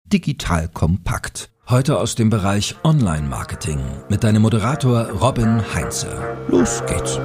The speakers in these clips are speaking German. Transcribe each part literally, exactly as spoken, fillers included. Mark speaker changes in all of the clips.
Speaker 1: Digital Kompakt. Heute aus dem Bereich Online-Marketing mit deinem Moderator Robin Heinze. Los geht's.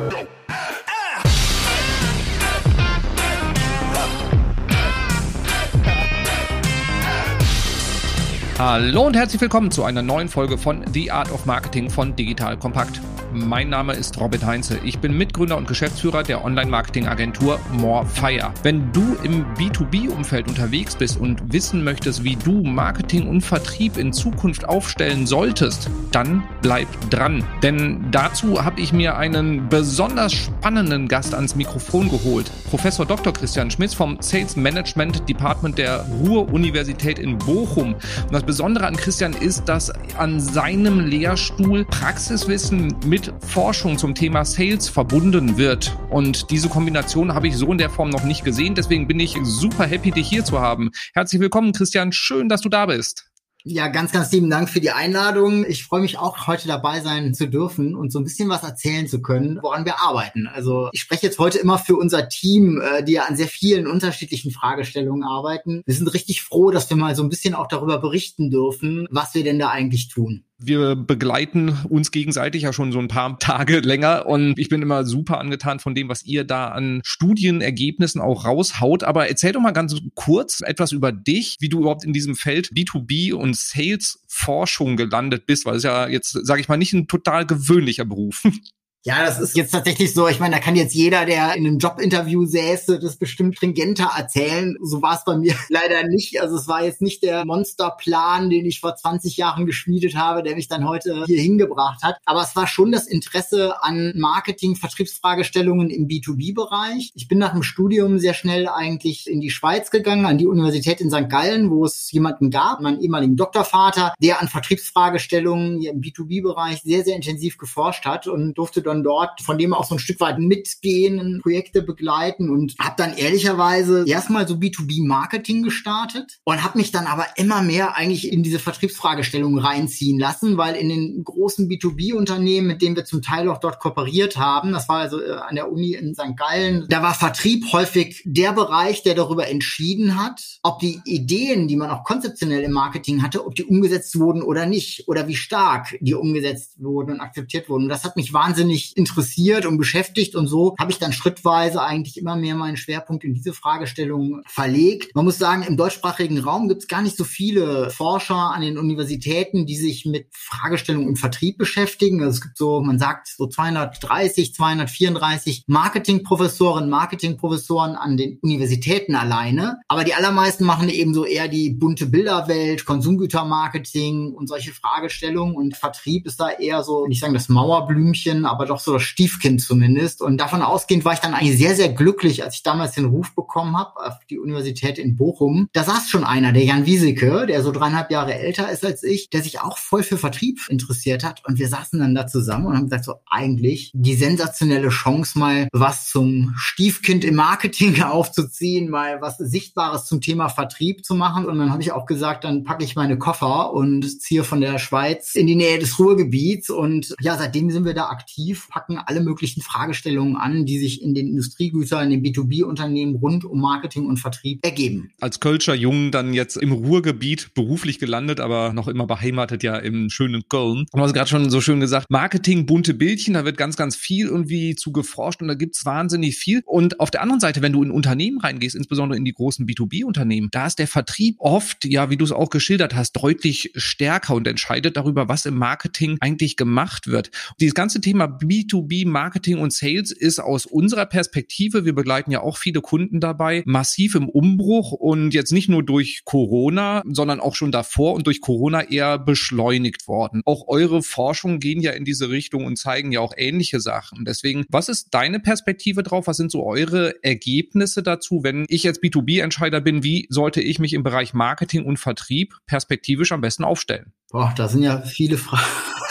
Speaker 2: Hallo und herzlich willkommen zu einer neuen Folge von The Art of Marketing von Digital Kompakt. Mein Name ist Robin Heinze. Ich bin Mitgründer und Geschäftsführer der Online-Marketing-Agentur Morefire. Wenn du im B zwei B-Umfeld unterwegs bist und wissen möchtest, wie du Marketing und Vertrieb in Zukunft aufstellen solltest, dann bleib dran. Denn dazu habe ich mir einen besonders spannenden Gast ans Mikrofon geholt. Professor Doktor Christian Schmitz vom Sales Management Department der Ruhr-Universität in Bochum. Und das Besondere an Christian ist, dass an seinem Lehrstuhl Praxiswissen mit Forschung zum Thema Sales verbunden wird. Und diese Kombination habe ich so in der Form noch nicht gesehen. Deswegen bin ich super happy, dich hier zu haben. Herzlich willkommen, Christian. Schön, dass du da bist.
Speaker 3: Ja, ganz, ganz lieben Dank für die Einladung. Ich freue mich auch, heute dabei sein zu dürfen und so ein bisschen was erzählen zu können, woran wir arbeiten. Also ich spreche jetzt heute immer für unser Team, die ja an sehr vielen unterschiedlichen Fragestellungen arbeiten. Wir sind richtig froh, dass wir mal so ein bisschen auch darüber berichten dürfen, was wir denn da eigentlich tun.
Speaker 2: Wir begleiten uns gegenseitig ja schon so ein paar Tage länger und ich bin immer super angetan von dem, was ihr da an Studienergebnissen auch raushaut. Aber erzähl doch mal ganz kurz etwas über dich, wie du überhaupt in diesem Feld B zwei B und Sales-Forschung gelandet bist, weil es ja jetzt, sage ich mal, nicht ein total gewöhnlicher Beruf.
Speaker 3: Ja, das ist jetzt tatsächlich so. Ich meine, da kann jetzt jeder, der in einem Jobinterview säße, das bestimmt stringenter erzählen. So war es bei mir leider nicht. Also es war jetzt nicht der Monsterplan, den ich vor zwanzig Jahren geschmiedet habe, der mich dann heute hier hingebracht hat. Aber es war schon das Interesse an Marketing, Vertriebsfragestellungen im B zwei B-Bereich. Ich bin nach dem Studium sehr schnell eigentlich in die Schweiz gegangen, an die Universität in Sankt Gallen, wo es jemanden gab, meinen ehemaligen Doktorvater, der an Vertriebsfragestellungen hier im B zwei B-Bereich sehr, sehr intensiv geforscht hat und durfte dann dort von dem auch so ein Stück weit mitgehen, Projekte begleiten und habe dann ehrlicherweise erstmal so B zwei B-Marketing gestartet und habe mich dann aber immer mehr eigentlich in diese Vertriebsfragestellungen reinziehen lassen, weil in den großen B zwei B-Unternehmen, mit denen wir zum Teil auch dort kooperiert haben, das war also an der Uni in Sankt Gallen, da war Vertrieb häufig der Bereich, der darüber entschieden hat, ob die Ideen, die man auch konzeptionell im Marketing hatte, ob die umgesetzt wurden oder nicht oder wie stark die umgesetzt wurden und akzeptiert wurden. Und das hat mich wahnsinnig interessiert und beschäftigt und so habe ich dann schrittweise eigentlich immer mehr meinen Schwerpunkt in diese Fragestellung verlegt. Man muss sagen, im deutschsprachigen Raum gibt es gar nicht so viele Forscher an den Universitäten, die sich mit Fragestellungen im Vertrieb beschäftigen. Also es gibt so, man sagt so zweihundertdreißig, zweihundertvierunddreißig Marketingprofessoren, Marketingprofessoren an den Universitäten alleine. Aber die allermeisten machen eben so eher die bunte Bilderwelt, Konsumgütermarketing und solche Fragestellungen. Und Vertrieb ist da eher so, nicht sagen das Mauerblümchen, aber doch so das Stiefkind zumindest. Und davon ausgehend war ich dann eigentlich sehr, sehr glücklich, als ich damals den Ruf bekommen habe auf die Universität in Bochum. Da saß schon einer, der Jan Wieseke, der so dreieinhalb Jahre älter ist als ich, der sich auch voll für Vertrieb interessiert hat. Und wir saßen dann da zusammen und haben gesagt, so eigentlich die sensationelle Chance, mal was zum Stiefkind im Marketing aufzuziehen, mal was Sichtbares zum Thema Vertrieb zu machen. Und dann habe ich auch gesagt, dann packe ich meine Koffer und ziehe von der Schweiz in die Nähe des Ruhrgebiets. Und ja, seitdem sind wir da aktiv, packen alle möglichen Fragestellungen an, die sich in den Industriegütern, in den B zwei B-Unternehmen rund um Marketing und Vertrieb ergeben.
Speaker 2: Als Kölscher Jung dann jetzt im Ruhrgebiet beruflich gelandet, aber noch immer beheimatet ja im schönen Köln. Du hast gerade schon so schön gesagt, Marketing, bunte Bildchen, da wird ganz, ganz viel irgendwie zu geforscht und da gibt's wahnsinnig viel. Und auf der anderen Seite, wenn du in Unternehmen reingehst, insbesondere in die großen B zwei B-Unternehmen, da ist der Vertrieb oft, ja, wie du es auch geschildert hast, deutlich stärker und entscheidet darüber, was im Marketing eigentlich gemacht wird. Dieses ganze Thema B zwei B, Marketing und Sales ist aus unserer Perspektive, wir begleiten ja auch viele Kunden dabei, massiv im Umbruch und jetzt nicht nur durch Corona, sondern auch schon davor und durch Corona eher beschleunigt worden. Auch eure Forschungen gehen ja in diese Richtung und zeigen ja auch ähnliche Sachen. Deswegen, was ist deine Perspektive drauf? Was sind so eure Ergebnisse dazu, wenn ich jetzt B zwei B-Entscheider bin, wie sollte ich mich im Bereich Marketing und Vertrieb perspektivisch am besten aufstellen?
Speaker 3: Boah, da sind ja viele Fragen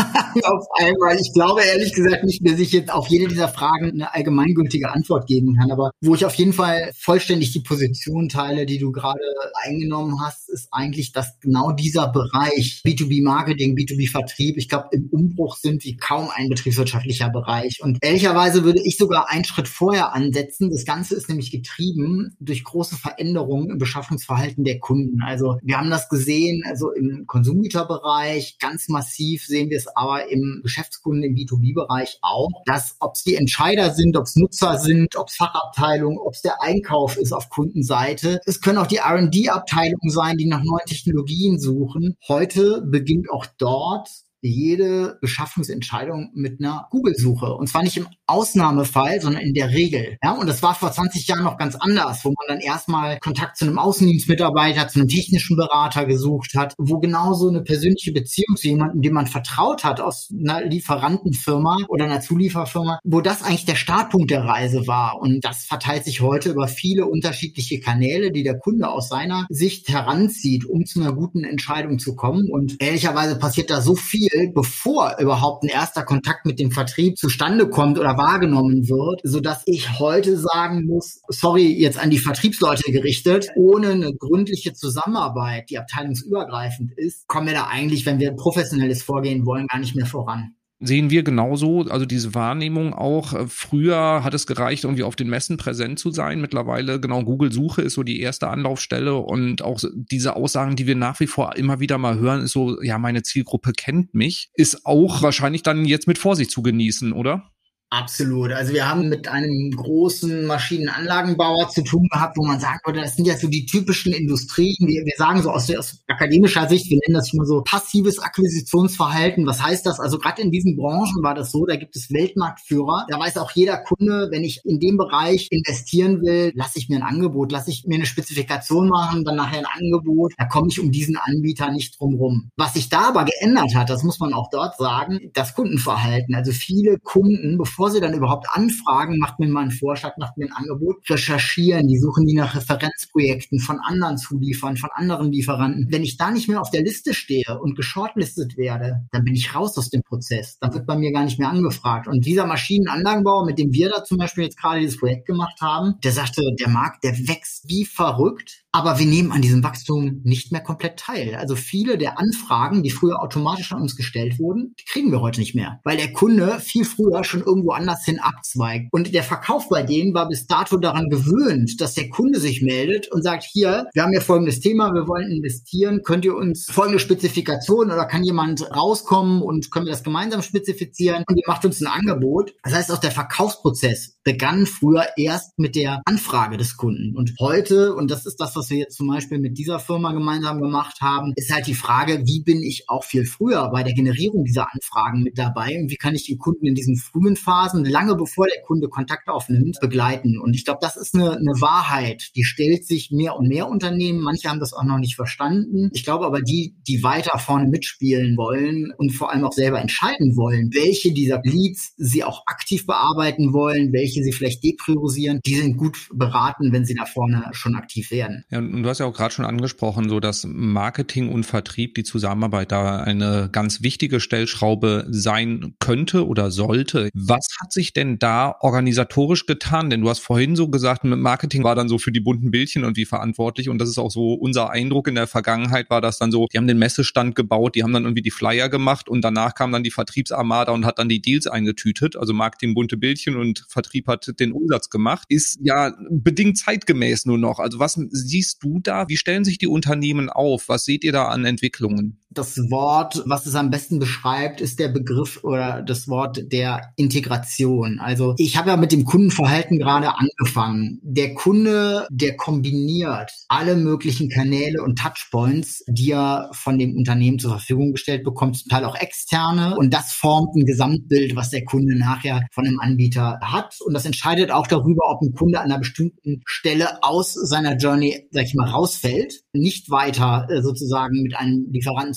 Speaker 3: auf einmal. Ich glaube ehrlich gesagt nicht, dass ich jetzt auf jede dieser Fragen eine allgemeingültige Antwort geben kann. Aber wo ich auf jeden Fall vollständig die Position teile, die du gerade eingenommen hast, ist eigentlich, dass genau dieser Bereich B zwei B Marketing, B zwei B Vertrieb, ich glaube, im Umbruch sind wie kaum ein betriebswirtschaftlicher Bereich. Und ehrlicherweise würde ich sogar einen Schritt vorher ansetzen. Das Ganze ist nämlich getrieben durch große Veränderungen im Beschaffungsverhalten der Kunden. Also wir haben das gesehen, also im Konsumgüterbereich, ganz massiv sehen wir es aber im Geschäftskunden, im B zwei B Bereich auch, dass ob es die Entscheider sind, ob es Nutzer sind, ob es Fachabteilungen, ob es der Einkauf ist auf Kundenseite. Es können auch die R und D-Abteilungen sein, die nach neuen Technologien suchen. Heute beginnt auch dort jede Beschaffungsentscheidung mit einer Google-Suche. Und zwar nicht im Ausnahmefall, sondern in der Regel. Ja, und das war vor zwanzig Jahren noch ganz anders, wo man dann erstmal Kontakt zu einem Außendienstmitarbeiter, zu einem technischen Berater gesucht hat, wo genauso eine persönliche Beziehung zu jemandem, dem man vertraut hat, aus einer Lieferantenfirma oder einer Zulieferfirma, wo das eigentlich der Startpunkt der Reise war. Und das verteilt sich heute über viele unterschiedliche Kanäle, die der Kunde aus seiner Sicht heranzieht, um zu einer guten Entscheidung zu kommen. Und ehrlicherweise passiert da so viel, bevor überhaupt ein erster Kontakt mit dem Vertrieb zustande kommt oder wahrgenommen wird, sodass ich heute sagen muss, sorry, jetzt an die Vertriebsleute gerichtet, ohne eine gründliche Zusammenarbeit, die abteilungsübergreifend ist, kommen wir da eigentlich, wenn wir professionelles Vorgehen wollen, gar nicht mehr voran.
Speaker 2: Sehen wir genauso, also diese Wahrnehmung auch. Früher hat es gereicht, irgendwie auf den Messen präsent zu sein. Mittlerweile, genau, Google-Suche ist so die erste Anlaufstelle und auch diese Aussagen, die wir nach wie vor immer wieder mal hören, ist so, ja, meine Zielgruppe kennt mich, ist auch wahrscheinlich dann jetzt mit Vorsicht zu genießen, oder?
Speaker 3: Absolut. Also wir haben mit einem großen Maschinenanlagenbauer zu tun gehabt, wo man sagen würde, das sind ja so die typischen Industrien. Wir, wir sagen so aus, der, aus akademischer Sicht, wir nennen das immer so passives Akquisitionsverhalten. Was heißt das? Also gerade in diesen Branchen war das so, da gibt es Weltmarktführer. Da weiß auch jeder Kunde, wenn ich in dem Bereich investieren will, lasse ich mir ein Angebot, lasse ich mir eine Spezifikation machen, dann nachher ein Angebot. Da komme ich um diesen Anbieter nicht drum rum. Was sich da aber geändert hat, das muss man auch dort sagen, das Kundenverhalten. Also viele Kunden, bevor Bevor sie dann überhaupt anfragen, macht mir mal einen Vorschlag, macht mir ein Angebot, recherchieren, die suchen die nach Referenzprojekten von anderen Zulieferern, von anderen Lieferanten. Wenn ich da nicht mehr auf der Liste stehe und geschortlistet werde, dann bin ich raus aus dem Prozess. Dann wird bei mir gar nicht mehr angefragt. Und dieser Maschinenanlagenbauer, mit dem wir da zum Beispiel jetzt gerade dieses Projekt gemacht haben, der sagte, der Markt, der wächst wie verrückt. Aber wir nehmen an diesem Wachstum nicht mehr komplett teil. Also viele der Anfragen, die früher automatisch an uns gestellt wurden, die kriegen wir heute nicht mehr, weil der Kunde viel früher schon irgendwo anders hin abzweigt. Und der Verkauf bei denen war bis dato daran gewöhnt, dass der Kunde sich meldet und sagt, hier, wir haben ja folgendes Thema, wir wollen investieren, könnt ihr uns folgende Spezifikation oder kann jemand rauskommen und können wir das gemeinsam spezifizieren und ihr macht uns ein Angebot. Das heißt, auch der Verkaufsprozess begann früher erst mit der Anfrage des Kunden. Und heute, und das ist das, was wir jetzt zum Beispiel mit dieser Firma gemeinsam gemacht haben, ist halt die Frage, wie bin ich auch viel früher bei der Generierung dieser Anfragen mit dabei und wie kann ich die Kunden in diesen frühen Phasen, lange bevor der Kunde Kontakt aufnimmt, begleiten. Und ich glaube, das ist eine, eine Wahrheit, die stellt sich mehr und mehr Unternehmen. Manche haben das auch noch nicht verstanden. Ich glaube aber, die, die weiter vorne mitspielen wollen und vor allem auch selber entscheiden wollen, welche dieser Leads sie auch aktiv bearbeiten wollen, welche sie vielleicht depriorisieren, die sind gut beraten, wenn sie da vorne schon aktiv werden.
Speaker 2: Ja, und du hast ja auch gerade schon angesprochen, so dass Marketing und Vertrieb, die Zusammenarbeit da eine ganz wichtige Stellschraube sein könnte oder sollte. Was hat sich denn da organisatorisch getan? Denn du hast vorhin so gesagt, mit Marketing war dann so für die bunten Bildchen irgendwie verantwortlich und das ist auch so unser Eindruck in der Vergangenheit war das dann so, die haben den Messestand gebaut, die haben dann irgendwie die Flyer gemacht und danach kam dann die Vertriebsarmada und hat dann die Deals eingetütet, also Marketing bunte Bildchen und Vertrieb hat den Umsatz gemacht, ist ja bedingt zeitgemäß nur noch. Also was siehst du da? Wie stellen sich die Unternehmen auf? Was seht ihr da an Entwicklungen?
Speaker 3: Das Wort, was es am besten beschreibt, ist der Begriff oder das Wort der Integration. Also ich habe ja mit dem Kundenverhalten gerade angefangen. Der Kunde, der kombiniert alle möglichen Kanäle und Touchpoints, die er von dem Unternehmen zur Verfügung gestellt bekommt, zum Teil auch externe. Und das formt ein Gesamtbild, was der Kunde nachher von einem Anbieter hat. Und das entscheidet auch darüber, ob ein Kunde an einer bestimmten Stelle aus seiner Journey, sag ich mal, rausfällt, nicht weiter äh, sozusagen mit einem Lieferanten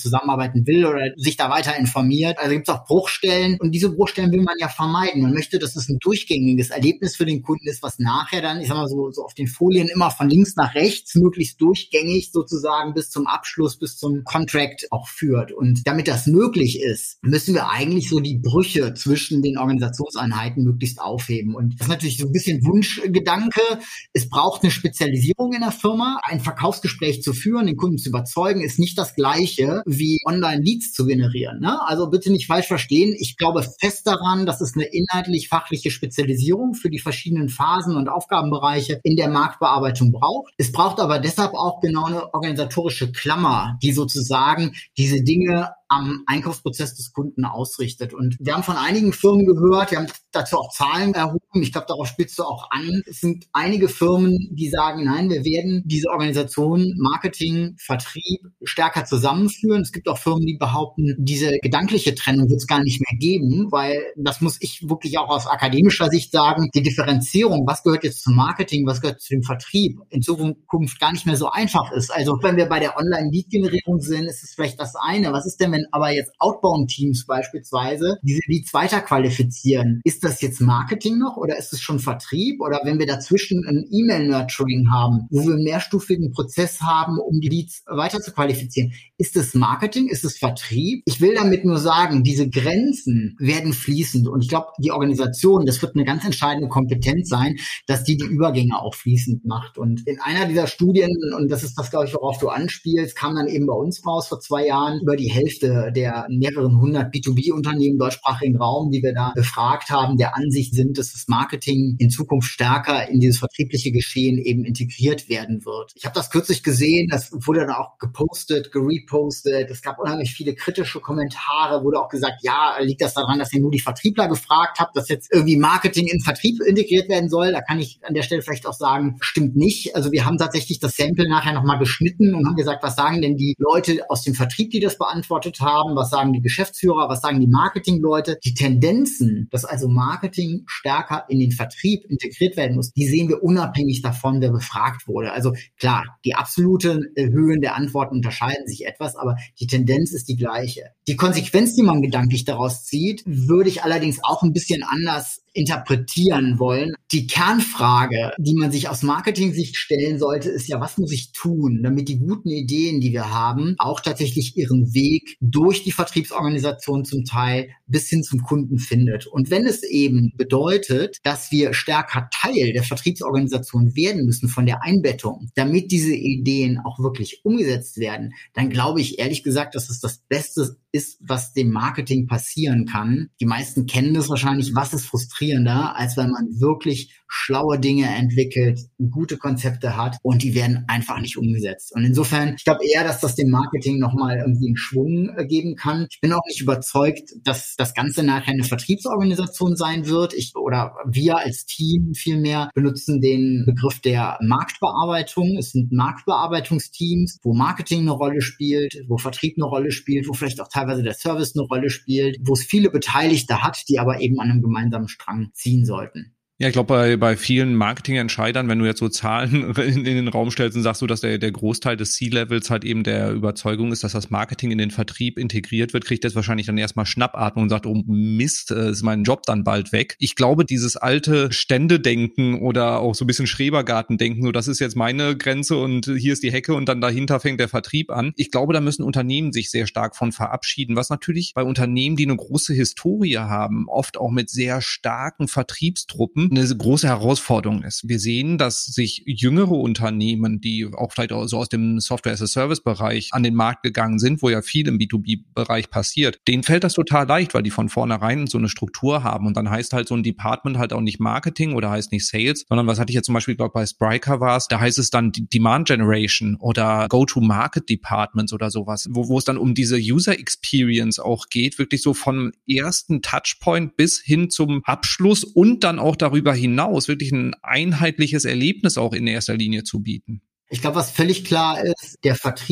Speaker 3: zusammenarbeiten will oder sich da weiter informiert. Also gibt es auch Bruchstellen und diese Bruchstellen will man ja vermeiden. Man möchte, dass es ein durchgängiges Erlebnis für den Kunden ist, was nachher dann, ich sag mal so, so auf den Folien immer von links nach rechts möglichst durchgängig sozusagen bis zum Abschluss, bis zum Contract auch führt. Und damit das möglich ist, müssen wir eigentlich so die Brüche zwischen den Organisationseinheiten möglichst aufheben. Und das ist natürlich so ein bisschen Wunschgedanke. Es braucht eine Spezialisierung in der Firma. Ein Verkaufsgespräch zu führen, den Kunden zu überzeugen, ist nicht das Gleiche wie Online-Leads zu generieren. Ne? Also bitte nicht falsch verstehen. Ich glaube fest daran, dass es eine inhaltlich-fachliche Spezialisierung für die verschiedenen Phasen und Aufgabenbereiche in der Marktbearbeitung braucht. Es braucht aber deshalb auch genau eine organisatorische Klammer, die sozusagen diese Dinge am Einkaufsprozess des Kunden ausrichtet. Und wir haben von einigen Firmen gehört, wir haben dazu auch Zahlen erhoben, ich glaube, darauf spielst du auch an. Es sind einige Firmen, die sagen, nein, wir werden diese Organisation Marketing, Vertrieb stärker zusammenführen. Es gibt auch Firmen, die behaupten, diese gedankliche Trennung wird es gar nicht mehr geben, weil das muss ich wirklich auch aus akademischer Sicht sagen, die Differenzierung, was gehört jetzt zum Marketing, was gehört zu dem Vertrieb, in Zukunft gar nicht mehr so einfach ist. Also wenn wir bei der Online-Lead-Generierung sind, ist es vielleicht das eine. Was ist denn, wenn aber jetzt Outbound-Teams beispielsweise diese Leads weiter qualifizieren? Ist das jetzt Marketing noch oder ist es schon Vertrieb? Oder wenn wir dazwischen ein E-Mail-Nurturing haben, wo wir einen mehrstufigen Prozess haben, um die Leads weiter zu qualifizieren, ist es Marketing? Ist es Vertrieb? Ich will damit nur sagen, diese Grenzen werden fließend und ich glaube, die Organisation, das wird eine ganz entscheidende Kompetenz sein, dass die die Übergänge auch fließend macht. Und in einer dieser Studien, und das ist das, glaube ich, worauf du anspielst, kam dann eben bei uns raus vor zwei Jahren über die Hälfte der mehreren hundert B zwei B-Unternehmen im deutschsprachigen Raum, die wir da befragt haben, der Ansicht sind, dass das Marketing in Zukunft stärker in dieses vertriebliche Geschehen eben integriert werden wird. Ich habe das kürzlich gesehen, das wurde dann auch gepostet, gerepostet, es gab unheimlich viele kritische Kommentare, wurde auch gesagt, ja, liegt das daran, dass ihr nur die Vertriebler gefragt habt, dass jetzt irgendwie Marketing in Vertrieb integriert werden soll? Da kann ich an der Stelle vielleicht auch sagen, stimmt nicht. Also wir haben tatsächlich das Sample nachher nochmal geschnitten und haben gesagt, was sagen denn die Leute aus dem Vertrieb, die das beantwortet haben, was sagen die Geschäftsführer, was sagen die Marketingleute? Die Tendenzen, dass also Marketing stärker in den Vertrieb integriert werden muss, die sehen wir unabhängig davon, wer befragt wurde. Also klar, die absoluten Höhen der Antworten unterscheiden sich etwas, aber die Tendenz ist die gleiche. Die Konsequenz, die man gedanklich daraus zieht, würde ich allerdings auch ein bisschen anders interpretieren wollen. Die Kernfrage, die man sich aus Marketing-Sicht stellen sollte, ist ja, was muss ich tun, damit die guten Ideen, die wir haben, auch tatsächlich ihren Weg durch die Vertriebsorganisation zum Teil bis hin zum Kunden findet. Und wenn es eben bedeutet, dass wir stärker Teil der Vertriebsorganisation werden müssen von der Einbettung, damit diese Ideen auch wirklich umgesetzt werden, dann glaube ich ehrlich gesagt, dass es das Beste ist, was dem Marketing passieren kann. Die meisten kennen das wahrscheinlich, was ist frustrierender, als wenn man wirklich schlaue Dinge entwickelt, gute Konzepte hat und die werden einfach nicht umgesetzt. Und insofern, ich glaube eher, dass das dem Marketing nochmal irgendwie einen Schwung äh, geben kann. Ich bin auch nicht überzeugt, dass das Ganze nachher eine Vertriebsorganisation sein wird. Ich oder wir als Team vielmehr benutzen den Begriff der Marktbearbeitung. Es sind Marktbearbeitungsteams, wo Marketing eine Rolle spielt, wo Vertrieb eine Rolle spielt, wo vielleicht auch teilweise der Service eine Rolle spielt, wo es viele Beteiligte hat, die aber eben an einem gemeinsamen Strang ziehen sollten.
Speaker 2: Ja, ich glaube, bei, bei vielen Marketingentscheidern, wenn du jetzt so Zahlen in, in den Raum stellst und sagst du, dass der, der Großteil des C-Levels halt eben der Überzeugung ist, dass das Marketing in den Vertrieb integriert wird, kriegt das wahrscheinlich dann erstmal Schnappatmung und sagt, oh Mist, ist mein Job dann bald weg. Ich glaube, dieses alte Ständedenken oder auch so ein bisschen Schrebergartendenken, so das ist jetzt meine Grenze und hier ist die Hecke und dann dahinter fängt der Vertrieb an. Ich glaube, da müssen Unternehmen sich sehr stark von verabschieden, was natürlich bei Unternehmen, die eine große Historie haben, oft auch mit sehr starken Vertriebstruppen, eine große Herausforderung ist. Wir sehen, dass sich jüngere Unternehmen, die auch vielleicht auch so aus dem Software-as-a-Service-Bereich an den Markt gegangen sind, wo ja viel im B zwei B-Bereich passiert, denen fällt das total leicht, weil die von vornherein so eine Struktur haben und dann heißt halt so ein Department halt auch nicht Marketing oder heißt nicht Sales, sondern was hatte ich jetzt zum Beispiel, glaube bei Spryker war es, da heißt es dann Demand Generation oder Go-to-Market Departments oder sowas, wo, wo es dann um diese User Experience auch geht, wirklich so vom ersten Touchpoint bis hin zum Abschluss und dann auch darüber darüber hinaus wirklich ein einheitliches Erlebnis auch in erster Linie zu bieten.
Speaker 3: Ich glaube, was völlig klar ist, der Vertrieb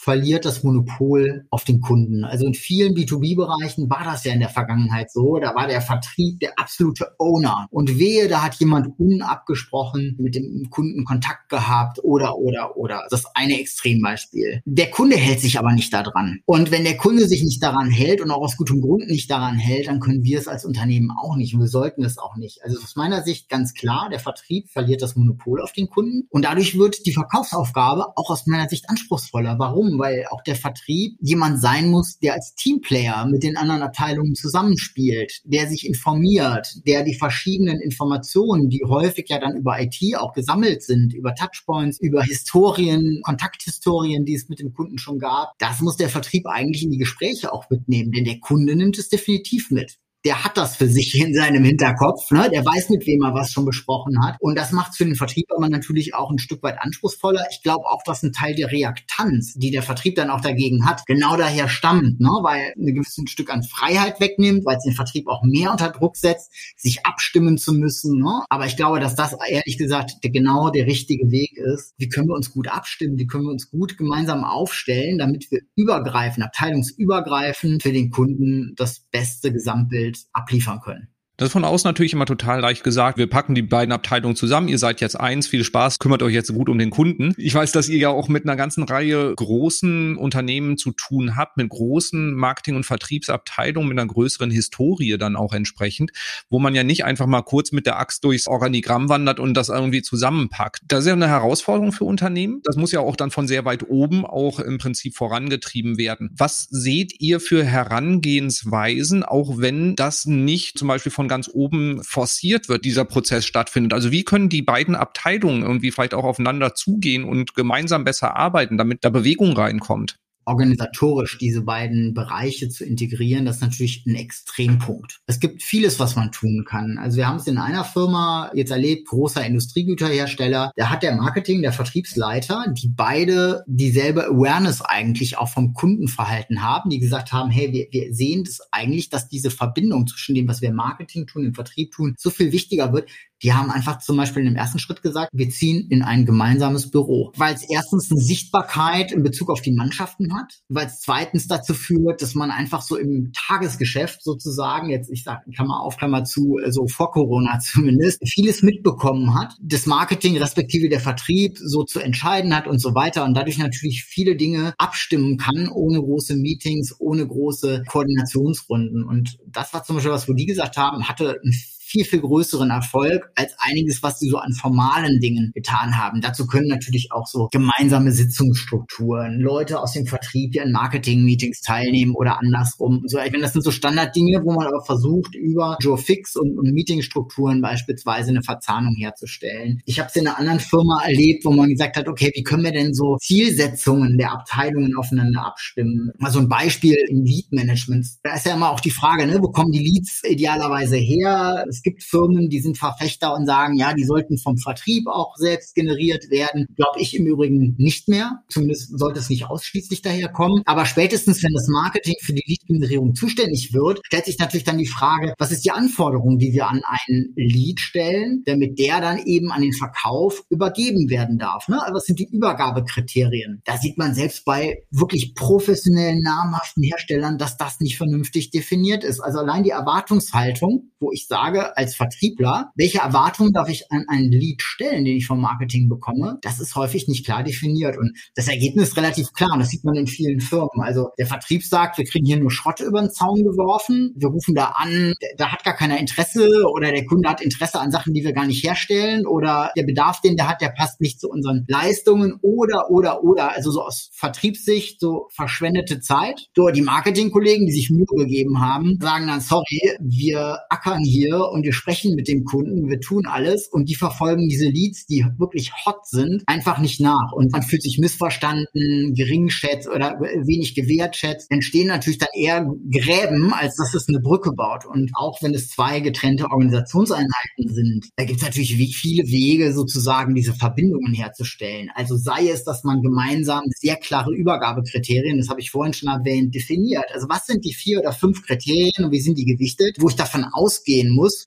Speaker 3: verliert das Monopol auf den Kunden. Also in vielen B zwei B-Bereichen war das ja in der Vergangenheit so. Da war der Vertrieb der absolute Owner. Und wehe, da hat jemand unabgesprochen mit dem Kunden Kontakt gehabt oder, oder, oder. Das eine Extrembeispiel. Der Kunde hält sich aber nicht daran. Und wenn der Kunde sich nicht daran hält und auch aus gutem Grund nicht daran hält, dann können wir es als Unternehmen auch nicht. Und wir sollten es auch nicht. Also aus meiner Sicht ganz klar, der Vertrieb verliert das Monopol auf den Kunden. Und dadurch wird die Verkaufsaufgabe auch aus meiner Sicht anspruchsvoller. Warum? Weil auch der Vertrieb jemand sein muss, der als Teamplayer mit den anderen Abteilungen zusammenspielt, der sich informiert, der die verschiedenen Informationen, die häufig ja dann über I T auch gesammelt sind, über Touchpoints, über Historien, Kontakthistorien, die es mit dem Kunden schon gab, das muss der Vertrieb eigentlich in die Gespräche auch mitnehmen, denn der Kunde nimmt es definitiv mit. Der hat das für sich in seinem Hinterkopf, ne? Der weiß, mit wem er was schon besprochen hat. Und das macht es für den Vertrieb aber natürlich auch ein Stück weit anspruchsvoller. Ich glaube auch, dass ein Teil der Reaktanz, die der Vertrieb dann auch dagegen hat, genau daher stammt, ne? Weil ein gewisses Stück an Freiheit wegnimmt, weil es den Vertrieb auch mehr unter Druck setzt, sich abstimmen zu müssen, ne? Aber ich glaube, dass das ehrlich gesagt der, genau der richtige Weg ist. Wie können wir uns gut abstimmen? Wie können wir uns gut gemeinsam aufstellen, damit wir übergreifend, abteilungsübergreifend für den Kunden das beste Gesamtbild abliefern können.
Speaker 2: Das ist von außen natürlich immer total leicht gesagt. Wir packen die beiden Abteilungen zusammen. Ihr seid jetzt eins. Viel Spaß. Kümmert euch jetzt gut um den Kunden. Ich weiß, dass ihr ja auch mit einer ganzen Reihe großen Unternehmen zu tun habt, mit großen Marketing- und Vertriebsabteilungen, mit einer größeren Historie dann auch entsprechend, wo man ja nicht einfach mal kurz mit der Axt durchs Organigramm wandert und das irgendwie zusammenpackt. Das ist ja eine Herausforderung für Unternehmen. Das muss ja auch dann von sehr weit oben auch im Prinzip vorangetrieben werden. Was seht ihr für Herangehensweisen, auch wenn das nicht zum Beispiel von ganz oben forciert wird, dieser Prozess stattfindet? Also wie können die beiden Abteilungen irgendwie vielleicht auch aufeinander zugehen und gemeinsam besser arbeiten, damit da Bewegung reinkommt?
Speaker 3: Organisatorisch diese beiden Bereiche zu integrieren, das ist natürlich ein Extrempunkt. Es gibt vieles, was man tun kann. Also wir haben es in einer Firma jetzt erlebt, großer Industriegüterhersteller, da hat der Marketing, der Vertriebsleiter, die beide dieselbe Awareness eigentlich auch vom Kundenverhalten haben, die gesagt haben, hey, wir, wir sehen das eigentlich, dass diese Verbindung zwischen dem, was wir im Marketing tun, im Vertrieb tun, so viel wichtiger wird. Die haben einfach zum Beispiel im ersten Schritt gesagt, wir ziehen in ein gemeinsames Büro, weil es erstens eine Sichtbarkeit in Bezug auf die Mannschaften hat, weil es zweitens dazu führt, dass man einfach so im Tagesgeschäft sozusagen, jetzt ich sage Klammer auf, Klammer zu, so vor Corona zumindest, vieles mitbekommen hat, das Marketing respektive der Vertrieb so zu entscheiden hat und so weiter und dadurch natürlich viele Dinge abstimmen kann, ohne große Meetings, ohne große Koordinationsrunden. Und das war zum Beispiel was, wo die gesagt haben, hatte ein viel, viel größeren Erfolg als einiges, was sie so an formalen Dingen getan haben. Dazu können natürlich auch so gemeinsame Sitzungsstrukturen, Leute aus dem Vertrieb, die an Marketing-Meetings teilnehmen oder andersrum. So, ich meine, das sind so Standarddinge, wo man aber versucht, über Joe Fix und, und Meetingstrukturen beispielsweise eine Verzahnung herzustellen. Ich habe es in einer anderen Firma erlebt, wo man gesagt hat, okay, wie können wir denn so Zielsetzungen der Abteilungen aufeinander abstimmen? Mal so ein Beispiel im Lead-Management. Da ist ja immer auch die Frage, ne, wo kommen die Leads idealerweise her? Es gibt Firmen, die sind Verfechter und sagen, ja, die sollten vom Vertrieb auch selbst generiert werden. Glaube ich im Übrigen nicht mehr. Zumindest sollte es nicht ausschließlich daher kommen. Aber spätestens, wenn das Marketing für die Lead-Generierung zuständig wird, stellt sich natürlich dann die Frage, was ist die Anforderung, die wir an einen Lead stellen, damit der dann eben an den Verkauf übergeben werden darf. Ne? Also was sind die Übergabekriterien? Da sieht man selbst bei wirklich professionellen, namhaften Herstellern, dass das nicht vernünftig definiert ist. Also allein die Erwartungshaltung, wo ich sage, als Vertriebler, welche Erwartungen darf ich an einen Lead stellen, den ich vom Marketing bekomme, das ist häufig nicht klar definiert. Und das Ergebnis ist relativ klar. Und das sieht man in vielen Firmen. Also der Vertrieb sagt, wir kriegen hier nur Schrott über den Zaun geworfen. Wir rufen da an, da hat gar keiner Interesse oder der Kunde hat Interesse an Sachen, die wir gar nicht herstellen oder der Bedarf, den der hat, der passt nicht zu unseren Leistungen oder, oder, oder. Also so aus Vertriebssicht so verschwendete Zeit. So die Marketingkollegen, die sich Mühe gegeben haben, sagen dann, sorry, wir ackern hier und wir sprechen mit dem Kunden, wir tun alles und die verfolgen diese Leads, die wirklich hot sind, einfach nicht nach. Und man fühlt sich missverstanden, geringschätzt oder wenig gewertschätzt. Entstehen natürlich dann eher Gräben, als dass es eine Brücke baut. Und auch wenn es zwei getrennte Organisationseinheiten sind, da gibt es natürlich viele Wege, sozusagen diese Verbindungen herzustellen. Also sei es, dass man gemeinsam sehr klare Übergabekriterien, das habe ich vorhin schon erwähnt, definiert. Also was sind die vier oder fünf Kriterien und wie sind die gewichtet, wo ich davon ausgehen muss,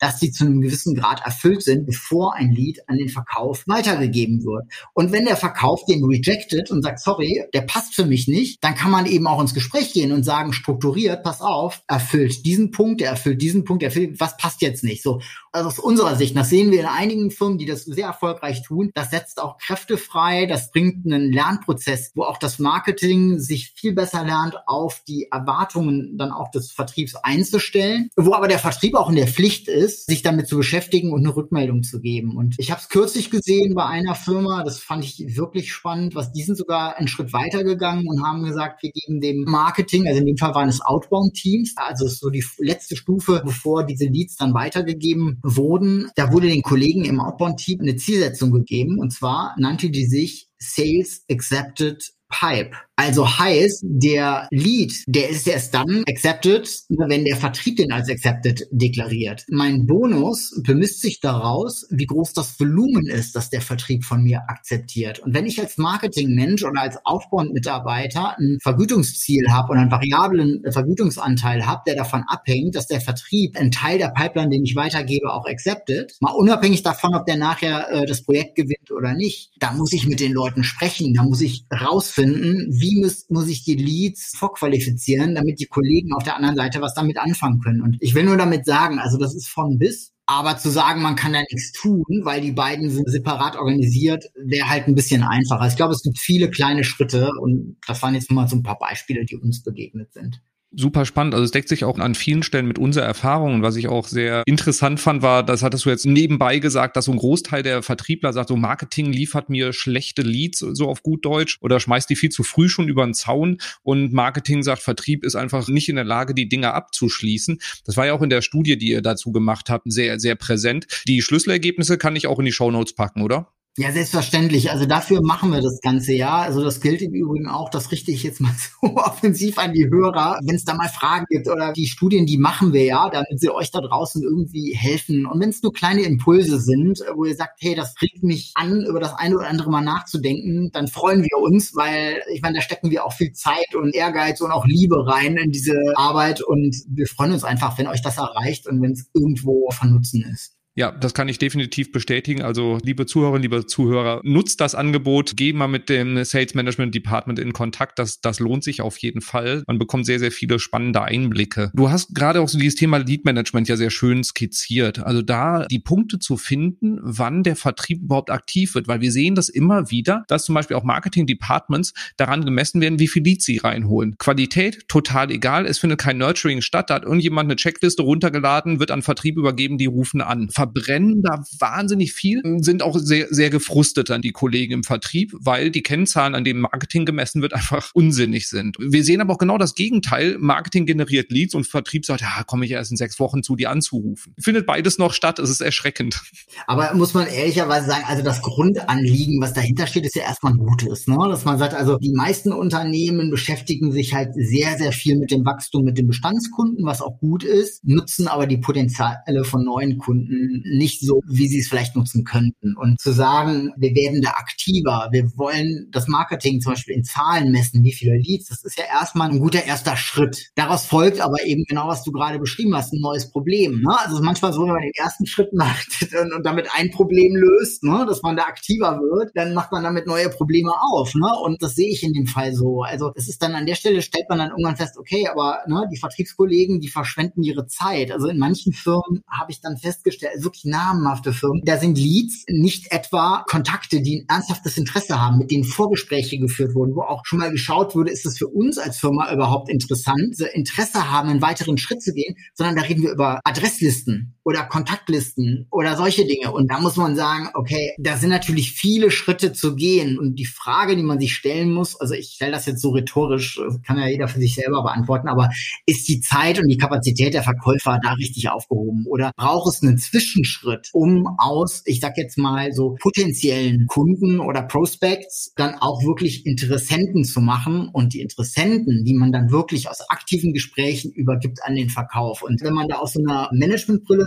Speaker 3: dass sie zu einem gewissen Grad erfüllt sind, bevor ein Lead an den Verkauf weitergegeben wird. Und wenn der Verkauf den rejected und sagt, sorry, der passt für mich nicht, dann kann man eben auch ins Gespräch gehen und sagen, strukturiert, pass auf, erfüllt diesen Punkt, er erfüllt diesen Punkt, er erfüllt, was passt jetzt nicht? So, also aus unserer Sicht, das sehen wir in einigen Firmen, die das sehr erfolgreich tun, das setzt auch Kräfte frei, das bringt einen Lernprozess, wo auch das Marketing sich viel besser lernt, auf die Erwartungen dann auch des Vertriebs einzustellen, wo aber der Vertrieb auch in der Pflicht ist, sich damit zu beschäftigen und eine Rückmeldung zu geben. Und ich habe es kürzlich gesehen bei einer Firma, das fand ich wirklich spannend, was die sind sogar einen Schritt weiter gegangen und haben gesagt, wir geben dem Marketing, also in dem Fall waren es Outbound-Teams, also so die letzte Stufe, bevor diese Leads dann weitergegeben wurden, da wurde den Kollegen im Outbound-Team eine Zielsetzung gegeben, und zwar nannte die sich Sales Accepted Pipe. Also heißt, der Lead, der ist erst dann accepted, wenn der Vertrieb den als accepted deklariert. Mein Bonus bemisst sich daraus, wie groß das Volumen ist, das der Vertrieb von mir akzeptiert. Und wenn ich als Marketingmensch oder als Outbound-Mitarbeiter ein Vergütungsziel habe und einen variablen Vergütungsanteil habe, der davon abhängt, dass der Vertrieb einen Teil der Pipeline, den ich weitergebe, auch accepted, mal unabhängig davon, ob der nachher äh, das Projekt gewinnt oder nicht, da muss ich mit den Leuten sprechen, da muss ich rausfinden, wie Wie muss, muss ich die Leads vorqualifizieren, damit die Kollegen auf der anderen Seite was damit anfangen können. Und ich will nur damit sagen, also das ist von bis, aber zu sagen, man kann da nichts tun, weil die beiden sind separat organisiert, wäre halt ein bisschen einfacher. Ich glaube, es gibt viele kleine Schritte und das waren jetzt nur mal so ein paar Beispiele, die uns begegnet sind.
Speaker 2: Super spannend. Also es deckt sich auch an vielen Stellen mit unserer Erfahrung. Und was ich auch sehr interessant fand, war, das hattest du jetzt nebenbei gesagt, dass so ein Großteil der Vertriebler sagt, so Marketing liefert mir schlechte Leads, so auf gut Deutsch, oder schmeißt die viel zu früh schon über den Zaun. Und Marketing sagt, Vertrieb ist einfach nicht in der Lage, die Dinge abzuschließen. Das war ja auch in der Studie, die ihr dazu gemacht habt, sehr, sehr präsent. Die Schlüsselergebnisse kann ich auch in die Shownotes packen, oder?
Speaker 3: Ja, selbstverständlich. Also dafür machen wir das ganze Jahr. Also das gilt im Übrigen auch, das richte ich jetzt mal so offensiv an die Hörer. Wenn es da mal Fragen gibt oder die Studien, die machen wir ja, damit sie euch da draußen irgendwie helfen. Und wenn es nur kleine Impulse sind, wo ihr sagt, hey, das regt mich an, über das eine oder andere mal nachzudenken, dann freuen wir uns, weil ich meine, da stecken wir auch viel Zeit und Ehrgeiz und auch Liebe rein in diese Arbeit. Und wir freuen uns einfach, wenn euch das erreicht und wenn es irgendwo von Nutzen ist.
Speaker 2: Ja, das kann ich definitiv bestätigen. Also, liebe Zuhörerinnen, liebe Zuhörer, nutzt das Angebot, geht mal mit dem Sales Management Department in Kontakt. Das, das lohnt sich auf jeden Fall. Man bekommt sehr, sehr viele spannende Einblicke. Du hast gerade auch so dieses Thema Lead Management ja sehr schön skizziert. Also da die Punkte zu finden, wann der Vertrieb überhaupt aktiv wird, weil wir sehen das immer wieder, dass zum Beispiel auch Marketing Departments daran gemessen werden, wie viel Leads sie reinholen. Qualität, total egal. Es findet kein Nurturing statt. Da hat irgendjemand eine Checkliste runtergeladen, wird an Vertrieb übergeben, die rufen an. Verbrennen da wahnsinnig viel, sind auch sehr, sehr gefrustet an die Kollegen im Vertrieb, weil die Kennzahlen, an denen Marketing gemessen wird, einfach unsinnig sind. Wir sehen aber auch genau das Gegenteil. Marketing generiert Leads und Vertrieb sagt, ja, komme ich erst in sechs Wochen zu, die anzurufen. Findet beides noch statt, es ist erschreckend.
Speaker 3: Aber muss man ehrlicherweise sagen, also das Grundanliegen, was dahinter steht, ist ja erstmal ein gutes, ne? Dass man sagt, also die meisten Unternehmen beschäftigen sich halt sehr, sehr viel mit dem Wachstum, mit den Bestandskunden, was auch gut ist, nutzen aber die Potenziale von neuen Kunden nicht so, wie sie es vielleicht nutzen könnten. Und zu sagen, wir werden da aktiver, wir wollen das Marketing zum Beispiel in Zahlen messen, wie viele Leads, das ist ja erstmal ein guter erster Schritt. Daraus folgt aber eben genau, was du gerade beschrieben hast, ein neues Problem. Ne? Also es ist manchmal so, wenn man den ersten Schritt macht und, und damit ein Problem löst, ne, dass man da aktiver wird, dann macht man damit neue Probleme auf. Ne? Und das sehe ich in dem Fall so. Also es ist dann an der Stelle, stellt man dann irgendwann fest, okay, aber ne, die Vertriebskollegen, die verschwenden ihre Zeit. Also in manchen Firmen habe ich dann festgestellt, wirklich namenhafte Firmen, da sind Leads nicht etwa Kontakte, die ein ernsthaftes Interesse haben, mit denen Vorgespräche geführt wurden, wo auch schon mal geschaut wurde, ist es für uns als Firma überhaupt interessant, Interesse haben, einen weiteren Schritt zu gehen, sondern da reden wir über Adresslisten oder Kontaktlisten oder solche Dinge. Und da muss man sagen, okay, da sind natürlich viele Schritte zu gehen. Und die Frage, die man sich stellen muss, also ich stelle das jetzt so rhetorisch, kann ja jeder für sich selber beantworten, aber ist die Zeit und die Kapazität der Verkäufer da richtig aufgehoben? Oder braucht es einen Zwischenschritt, um aus, ich sag jetzt mal so potenziellen Kunden oder Prospects dann auch wirklich Interessenten zu machen und die Interessenten, die man dann wirklich aus aktiven Gesprächen übergibt an den Verkauf. Und wenn man da aus so einer Managementbrille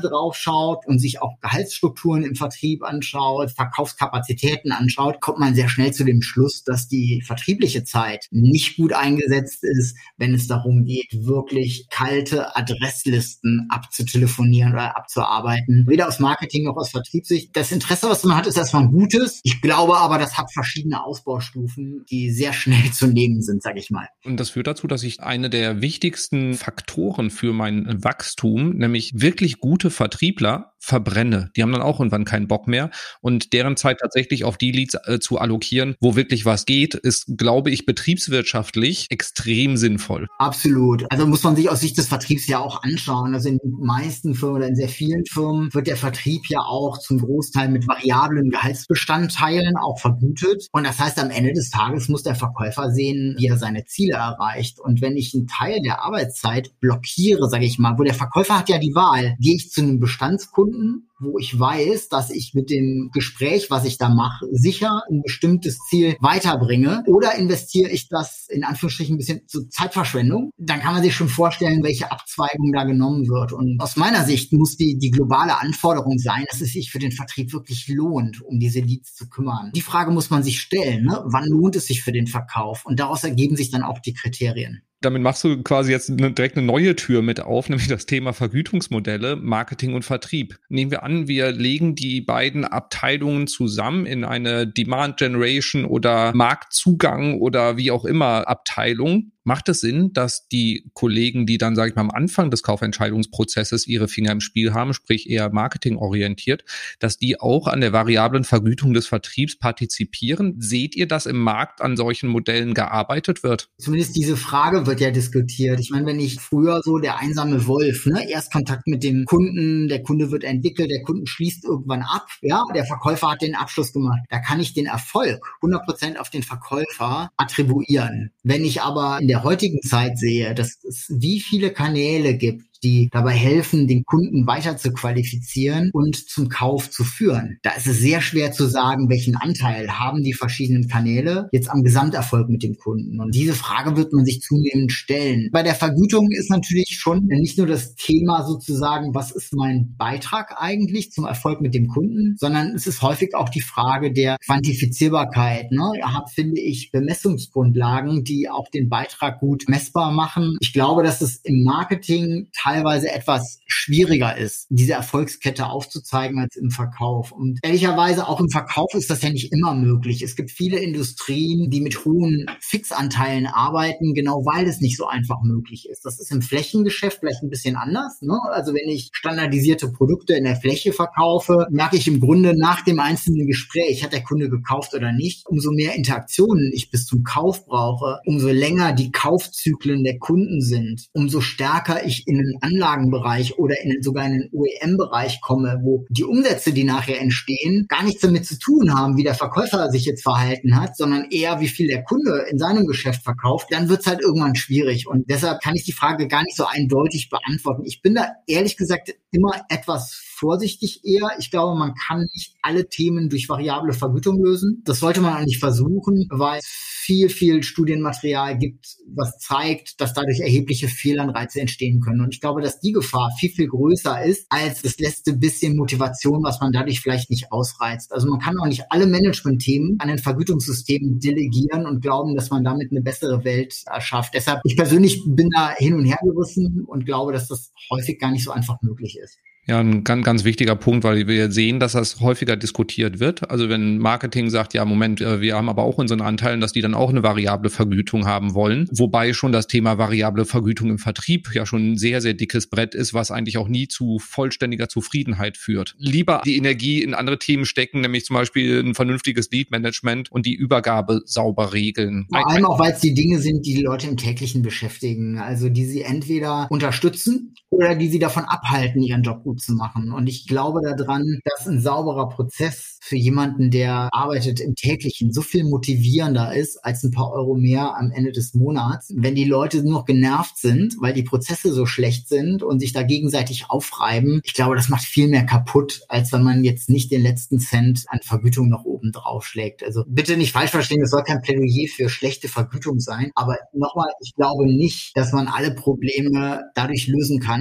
Speaker 3: drauf schaut und sich auch Gehaltsstrukturen im Vertrieb anschaut, Verkaufskapazitäten anschaut, kommt man sehr schnell zu dem Schluss, dass die vertriebliche Zeit nicht gut eingesetzt ist, wenn es darum geht, wirklich kalte Adresslisten abzutelefonieren oder abzuarbeiten. Weder aus Marketing noch aus Vertriebssicht. Das Interesse, was man hat, ist erstmal ein gutes. Ich glaube aber, das hat verschiedene Ausbaustufen, die sehr schnell zu nehmen sind, sage ich mal.
Speaker 2: Und das führt dazu, dass ich eine der wichtigsten Faktoren für mein Wachstum, nämlich wirklich gute Vertriebler, verbrenne. Die haben dann auch irgendwann keinen Bock mehr. Und deren Zeit tatsächlich auf die Leads äh, zu allokieren, wo wirklich was geht, ist, glaube ich, betriebswirtschaftlich extrem sinnvoll.
Speaker 3: Absolut. Also muss man sich aus Sicht des Vertriebs ja auch anschauen. Also in den meisten Firmen oder in sehr vielen Firmen wird der Vertrieb ja auch zum Großteil mit variablen Gehaltsbestandteilen auch vergütet. Und das heißt, am Ende des Tages muss der Verkäufer sehen, wie er seine Ziele erreicht. Und wenn ich einen Teil der Arbeitszeit blockiere, sage ich mal, wo der Verkäufer hat ja die Wahl, gehe ich zu einem Bestandskunden, wo ich weiß, dass ich mit dem Gespräch, was ich da mache, sicher ein bestimmtes Ziel weiterbringe, oder investiere ich das in Anführungsstrichen ein bisschen zur Zeitverschwendung, dann kann man sich schon vorstellen, welche Abzweigung da genommen wird. Und aus meiner Sicht muss die, die globale Anforderung sein, dass es sich für den Vertrieb wirklich lohnt, um diese Leads zu kümmern. Die Frage muss man sich stellen, ne? Wann lohnt es sich für den Verkauf? Und daraus ergeben sich dann auch die Kriterien.
Speaker 2: Damit machst du quasi jetzt eine, direkt eine neue Tür mit auf, nämlich das Thema Vergütungsmodelle, Marketing und Vertrieb. Nehmen wir an, wir legen die beiden Abteilungen zusammen in eine Demand Generation oder Marktzugang oder wie auch immer Abteilung. Macht es Sinn, dass die Kollegen, die dann, sage ich mal, am Anfang des Kaufentscheidungsprozesses ihre Finger im Spiel haben, sprich eher marketingorientiert, dass die auch an der variablen Vergütung des Vertriebs partizipieren? Seht ihr, dass im Markt an solchen Modellen gearbeitet wird?
Speaker 3: Zumindest diese Frage wird ja diskutiert. Ich meine, wenn ich früher so der einsame Wolf, ne, erst Kontakt mit dem Kunden, der Kunde wird entwickelt, der Kunde schließt irgendwann ab, ja, der Verkäufer hat den Abschluss gemacht. Da kann ich den Erfolg hundert Prozent auf den Verkäufer attribuieren. Wenn ich aber in der heutigen Zeit sehe, dass es wie viele Kanäle gibt, die dabei helfen, den Kunden weiter zu qualifizieren und zum Kauf zu führen. Da ist es sehr schwer zu sagen, welchen Anteil haben die verschiedenen Kanäle jetzt am Gesamterfolg mit dem Kunden. Und diese Frage wird man sich zunehmend stellen. Bei der Vergütung ist natürlich schon nicht nur das Thema sozusagen, was ist mein Beitrag eigentlich zum Erfolg mit dem Kunden, sondern es ist häufig auch die Frage der Quantifizierbarkeit. Ne? Ihr habt, finde ich, Bemessungsgrundlagen, die auch den Beitrag gut messbar machen. Ich glaube, dass es im Marketing teilweise etwas schwieriger ist, diese Erfolgskette aufzuzeigen als im Verkauf. Und ehrlicherweise auch im Verkauf ist das ja nicht immer möglich. Es gibt viele Industrien, die mit hohen Fixanteilen arbeiten, genau weil es nicht so einfach möglich ist. Das ist im Flächengeschäft vielleicht ein bisschen anders, ne? Also wenn ich standardisierte Produkte in der Fläche verkaufe, merke ich im Grunde nach dem einzelnen Gespräch, hat der Kunde gekauft oder nicht, umso mehr Interaktionen ich bis zum Kauf brauche, umso länger die Kaufzyklen der Kunden sind, umso stärker ich in den Anlagenbereich oder in, sogar in den O E M-Bereich komme, wo die Umsätze, die nachher entstehen, gar nichts damit zu tun haben, wie der Verkäufer sich jetzt verhalten hat, sondern eher, wie viel der Kunde in seinem Geschäft verkauft, dann wird es halt irgendwann schwierig. Und deshalb kann ich die Frage gar nicht so eindeutig beantworten. Ich bin da ehrlich gesagt immer etwas vorsichtig eher. Ich glaube, man kann nicht alle Themen durch variable Vergütung lösen. Das sollte man auch nicht versuchen, weil es viel, viel Studienmaterial gibt, was zeigt, dass dadurch erhebliche Fehlanreize entstehen können. Und ich glaube, dass die Gefahr viel, viel größer ist, als das letzte bisschen Motivation, was man dadurch vielleicht nicht ausreizt. Also man kann auch nicht alle Management-Themen an den Vergütungssystemen delegieren und glauben, dass man damit eine bessere Welt erschafft. Deshalb, ich persönlich bin da hin und her gerissen und glaube, dass das häufig gar nicht so einfach möglich ist.
Speaker 2: Ja, ein ganz, ganz wichtiger Punkt, weil wir sehen, dass das häufiger diskutiert wird. Also wenn Marketing sagt, ja, Moment, wir haben aber auch unseren Anteilen, dass die dann auch eine variable Vergütung haben wollen. Wobei schon das Thema variable Vergütung im Vertrieb ja schon ein sehr, sehr dickes Brett ist, was eigentlich auch nie zu vollständiger Zufriedenheit führt. Lieber die Energie in andere Themen stecken, nämlich zum Beispiel ein vernünftiges Lead-Management und die Übergabe sauber regeln.
Speaker 3: Vor allem auch, weil es die Dinge sind, die die Leute im Täglichen beschäftigen. Also die sie entweder unterstützen oder die sie davon abhalten, ihren Job gut zu machen. Und ich glaube daran, dass ein sauberer Prozess für jemanden, der arbeitet im Täglichen, so viel motivierender ist als ein paar Euro mehr am Ende des Monats. Wenn die Leute nur noch genervt sind, weil die Prozesse so schlecht sind und sich da gegenseitig aufreiben, ich glaube, das macht viel mehr kaputt, als wenn man jetzt nicht den letzten Cent an Vergütung noch oben drauf schlägt. Also bitte nicht falsch verstehen, es soll kein Plädoyer für schlechte Vergütung sein. Aber nochmal, ich glaube nicht, dass man alle Probleme dadurch lösen kann,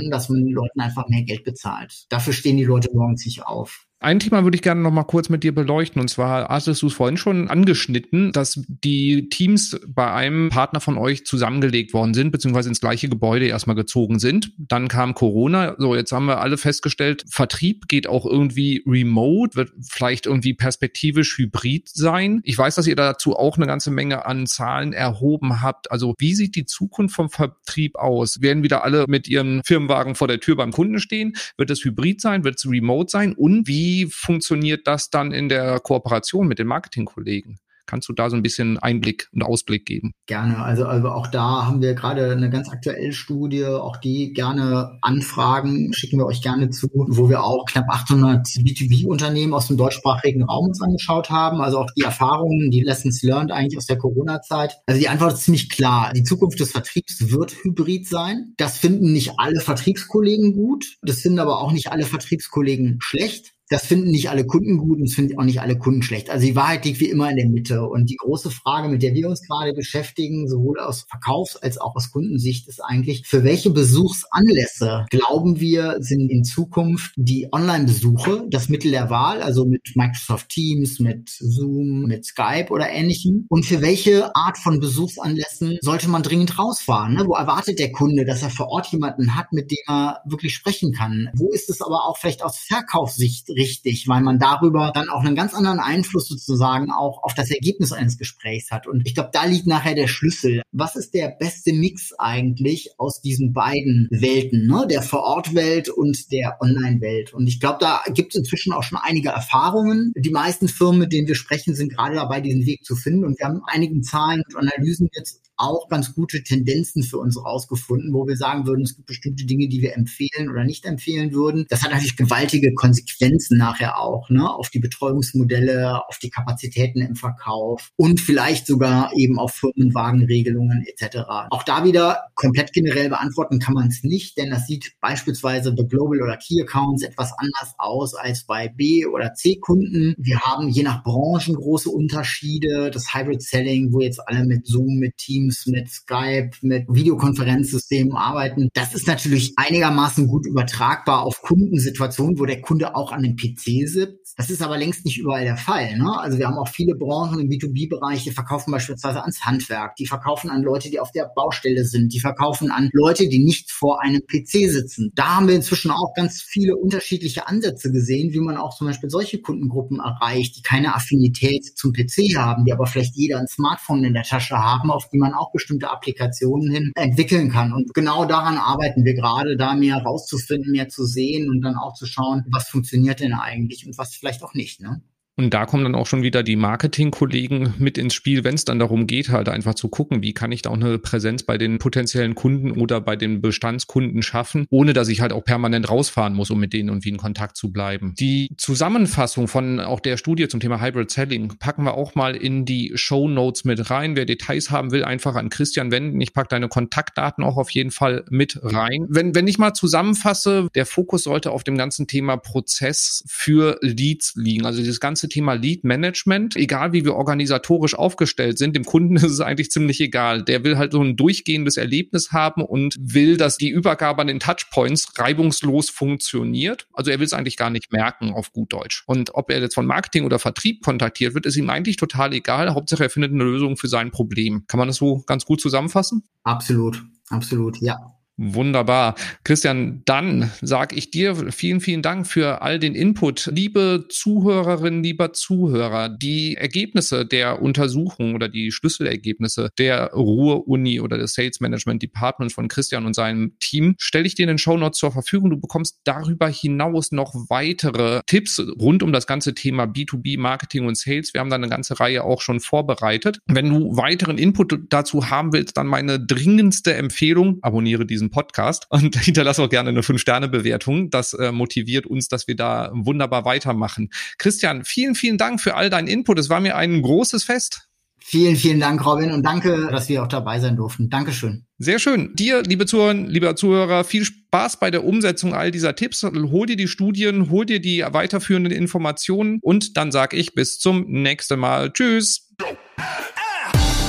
Speaker 3: kann, dass man den Leuten einfach mehr Geld bezahlt. Dafür stehen die Leute morgens nicht auf.
Speaker 2: Ein Thema würde ich gerne noch mal kurz mit dir beleuchten. Und zwar hattest du es vorhin schon angeschnitten, dass die Teams bei einem Partner von euch zusammengelegt worden sind, beziehungsweise ins gleiche Gebäude erstmal gezogen sind. Dann kam Corona. So, jetzt haben wir alle festgestellt, Vertrieb geht auch irgendwie remote, wird vielleicht irgendwie perspektivisch hybrid sein. Ich weiß, dass ihr dazu auch eine ganze Menge an Zahlen erhoben habt. Also wie sieht die Zukunft vom Vertrieb aus? Werden wieder alle mit ihrem Firmenwagen vor der Tür beim Kunden stehen? Wird es hybrid sein? Wird es remote sein? Und wie Wie funktioniert das dann in der Kooperation mit den Marketingkollegen? Kannst du da so ein bisschen Einblick und Ausblick geben?
Speaker 3: Gerne. Also, also auch da haben wir gerade eine ganz aktuelle Studie, auch die gerne anfragen, schicken wir euch gerne zu, wo wir auch knapp achthundert B zwei B-Unternehmen aus dem deutschsprachigen Raum uns angeschaut haben. Also auch die Erfahrungen, die Lessons learned eigentlich aus der Corona-Zeit. Also die Antwort ist ziemlich klar. Die Zukunft des Vertriebs wird hybrid sein. Das finden nicht alle Vertriebskollegen gut. Das finden aber auch nicht alle Vertriebskollegen schlecht. Das finden nicht alle Kunden gut und das finden auch nicht alle Kunden schlecht. Also die Wahrheit liegt wie immer in der Mitte. Und die große Frage, mit der wir uns gerade beschäftigen, sowohl aus Verkaufs- als auch aus Kundensicht, ist eigentlich, für welche Besuchsanlässe glauben wir, sind in Zukunft die Online-Besuche das Mittel der Wahl, also mit Microsoft Teams, mit Zoom, mit Skype oder Ähnlichem? Und für welche Art von Besuchsanlässen sollte man dringend rausfahren? Ne? Wo erwartet der Kunde, dass er vor Ort jemanden hat, mit dem er wirklich sprechen kann? Wo ist es aber auch vielleicht aus Verkaufssicht richtig, weil man darüber dann auch einen ganz anderen Einfluss sozusagen auch auf das Ergebnis eines Gesprächs hat. Und ich glaube, da liegt nachher der Schlüssel. Was ist der beste Mix eigentlich aus diesen beiden Welten, ne? Der Vor-Ort-Welt und der Online-Welt? Und ich glaube, da gibt es inzwischen auch schon einige Erfahrungen. Die meisten Firmen, mit denen wir sprechen, sind gerade dabei, diesen Weg zu finden. Und wir haben einigen Zahlen und Analysen jetzt auch ganz gute Tendenzen für uns rausgefunden, wo wir sagen würden, es gibt bestimmte Dinge, die wir empfehlen oder nicht empfehlen würden. Das hat natürlich gewaltige Konsequenzen nachher auch, ne, auf die Betreuungsmodelle, auf die Kapazitäten im Verkauf und vielleicht sogar eben auf Firmenwagenregelungen et cetera. Auch da wieder komplett generell beantworten kann man es nicht, denn das sieht beispielsweise bei Global oder Key Accounts etwas anders aus als bei B- oder C-Kunden. Wir haben je nach Branchen große Unterschiede. Das Hybrid Selling, wo jetzt alle mit Zoom, mit Teams, mit Skype, mit Videokonferenzsystemen arbeiten. Das ist natürlich einigermaßen gut übertragbar auf Kundensituationen, wo der Kunde auch an dem P C sitzt. Das ist aber längst nicht überall der Fall, ne? Also wir haben auch viele Branchen im B zwei B-Bereich, die verkaufen beispielsweise ans Handwerk, die verkaufen an Leute, die auf der Baustelle sind, die verkaufen an Leute, die nicht vor einem P C sitzen. Da haben wir inzwischen auch ganz viele unterschiedliche Ansätze gesehen, wie man auch zum Beispiel solche Kundengruppen erreicht, die keine Affinität zum P C haben, die aber vielleicht jeder ein Smartphone in der Tasche haben, auf die man auch bestimmte Applikationen hin entwickeln kann. Und genau daran arbeiten wir gerade, da mehr rauszufinden, mehr zu sehen und dann auch zu schauen, was funktioniert denn eigentlich und was vielleicht auch nicht, ne?
Speaker 2: Und da kommen dann auch schon wieder die Marketingkollegen mit ins Spiel, wenn es dann darum geht, halt einfach zu gucken, wie kann ich da auch eine Präsenz bei den potenziellen Kunden oder bei den Bestandskunden schaffen, ohne dass ich halt auch permanent rausfahren muss, um mit denen irgendwie in Kontakt zu bleiben. Die Zusammenfassung von auch der Studie zum Thema Hybrid Selling packen wir auch mal in die Shownotes mit rein. Wer Details haben will, einfach an Christian wenden. Ich packe deine Kontaktdaten auch auf jeden Fall mit rein. Wenn, wenn ich mal zusammenfasse, der Fokus sollte auf dem ganzen Thema Prozess für Leads liegen. Also dieses ganze Thema Lead Management, egal wie wir organisatorisch aufgestellt sind, dem Kunden ist es eigentlich ziemlich egal. Der will halt so ein durchgehendes Erlebnis haben und will, dass die Übergabe an den Touchpoints reibungslos funktioniert. Also er will es eigentlich gar nicht merken auf gut Deutsch. Und ob er jetzt von Marketing oder Vertrieb kontaktiert wird, ist ihm eigentlich total egal. Hauptsache er findet eine Lösung für sein Problem. Kann man das so ganz gut zusammenfassen?
Speaker 3: Absolut, absolut, ja.
Speaker 2: Wunderbar. Christian, dann sage ich dir vielen, vielen Dank für all den Input. Liebe Zuhörerinnen, lieber Zuhörer, die Ergebnisse der Untersuchung oder die Schlüsselergebnisse der Ruhr-Uni oder des Sales Management Departments von Christian und seinem Team stelle ich dir in den Shownotes zur Verfügung. Du bekommst darüber hinaus noch weitere Tipps rund um das ganze Thema B zwei B Marketing und Sales. Wir haben da eine ganze Reihe auch schon vorbereitet. Wenn du weiteren Input dazu haben willst, dann meine dringendste Empfehlung, abonniere diesen Podcast und hinterlasse auch gerne eine fünf Sterne Bewertung. Das äh, motiviert uns, dass wir da wunderbar weitermachen. Christian, vielen, vielen Dank für all deinen Input. Es war mir ein großes Fest.
Speaker 3: Vielen, vielen Dank, Robin, und danke, dass wir auch dabei sein durften. Dankeschön.
Speaker 2: Sehr schön. Dir, liebe Zuhörer, lieber Zuhörer, viel Spaß bei der Umsetzung all dieser Tipps. Hol dir die Studien, hol dir die weiterführenden Informationen und dann sage ich bis zum nächsten Mal. Tschüss.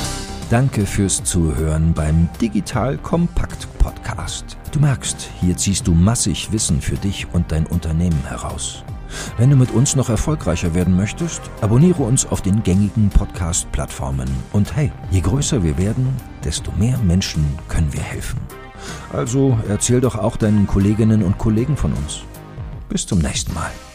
Speaker 1: Danke fürs Zuhören beim Digital Kompakt Podcast. Du merkst, hier ziehst du massig Wissen für dich und dein Unternehmen heraus. Wenn du mit uns noch erfolgreicher werden möchtest, abonniere uns auf den gängigen Podcast-Plattformen. Und hey, je größer wir werden, desto mehr Menschen können wir helfen. Also erzähl doch auch deinen Kolleginnen und Kollegen von uns. Bis zum nächsten Mal.